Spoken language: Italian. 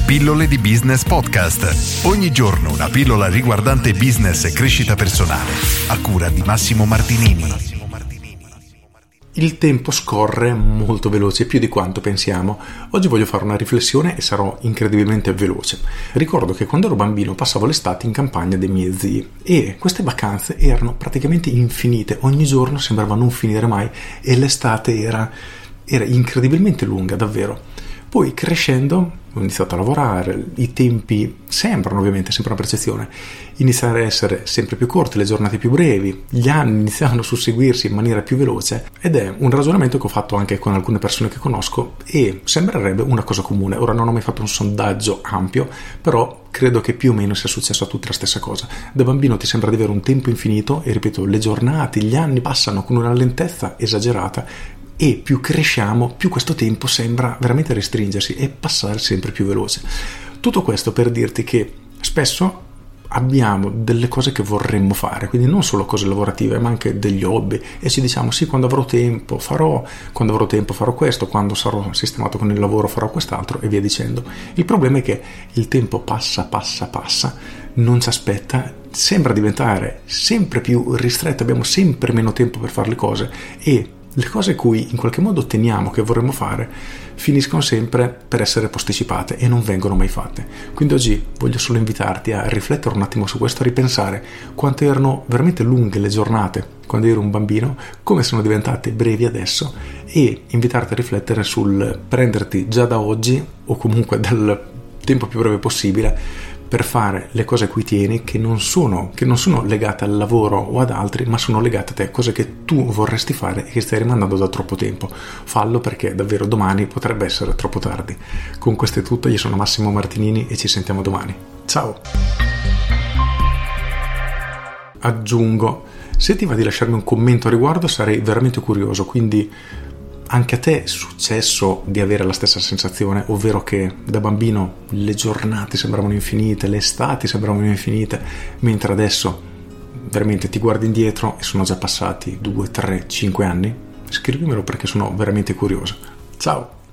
Pillole di Business Podcast. Ogni giorno una pillola riguardante business e crescita personale. A cura di Massimo Martinini. Il tempo scorre molto veloce, più di quanto pensiamo. Oggi voglio fare una riflessione e sarò incredibilmente veloce. Ricordo che quando ero bambino passavo l'estate in campagna dei miei zii e queste vacanze erano praticamente infinite. Ogni giorno sembrava non finire mai e l'estate era incredibilmente lunga, davvero. Poi crescendo ho iniziato a lavorare, i tempi sembrano ovviamente, sempre una percezione, iniziare a essere sempre più corti, le giornate più brevi, gli anni iniziavano a susseguirsi in maniera più veloce ed è un ragionamento che ho fatto anche con alcune persone che conosco e sembrerebbe una cosa comune. Ora non ho mai fatto un sondaggio ampio, però credo che più o meno sia successo a tutti la stessa cosa. Da bambino ti sembra di avere un tempo infinito e ripeto, le giornate, gli anni passano con una lentezza esagerata e più cresciamo, più questo tempo sembra veramente restringersi e passare sempre più veloce. Tutto questo per dirti che spesso abbiamo delle cose che vorremmo fare, quindi non solo cose lavorative ma anche degli hobby, e ci diciamo sì, quando avrò tempo farò questo, quando sarò sistemato con il lavoro farò quest'altro e via dicendo. Il problema è che il tempo passa, non ci aspetta, sembra diventare sempre più ristretto, abbiamo sempre meno tempo per fare le cose e le cose cui in qualche modo teniamo che vorremmo fare finiscono sempre per essere posticipate e non vengono mai fatte. Quindi oggi voglio solo invitarti a riflettere un attimo su questo, a ripensare quanto erano veramente lunghe le giornate quando ero un bambino, come sono diventate brevi adesso, e invitarti a riflettere sul prenderti già da oggi o comunque dal tempo più breve possibile per fare le cose a cui tieni, che non sono legate al lavoro o ad altri, ma sono legate a te, cose che tu vorresti fare e che stai rimandando da troppo tempo. Fallo, perché davvero domani potrebbe essere troppo tardi. Con questo è tutto, io sono Massimo Martinini e ci sentiamo domani. Ciao! Aggiungo, se ti va di lasciarmi un commento a riguardo sarei veramente curioso, quindi anche a te è successo di avere la stessa sensazione, ovvero che da bambino le giornate sembravano infinite, le estati sembravano infinite, mentre adesso veramente ti guardi indietro e sono già passati 2, 3, 5 anni? Scrivimelo perché sono veramente curioso. Ciao!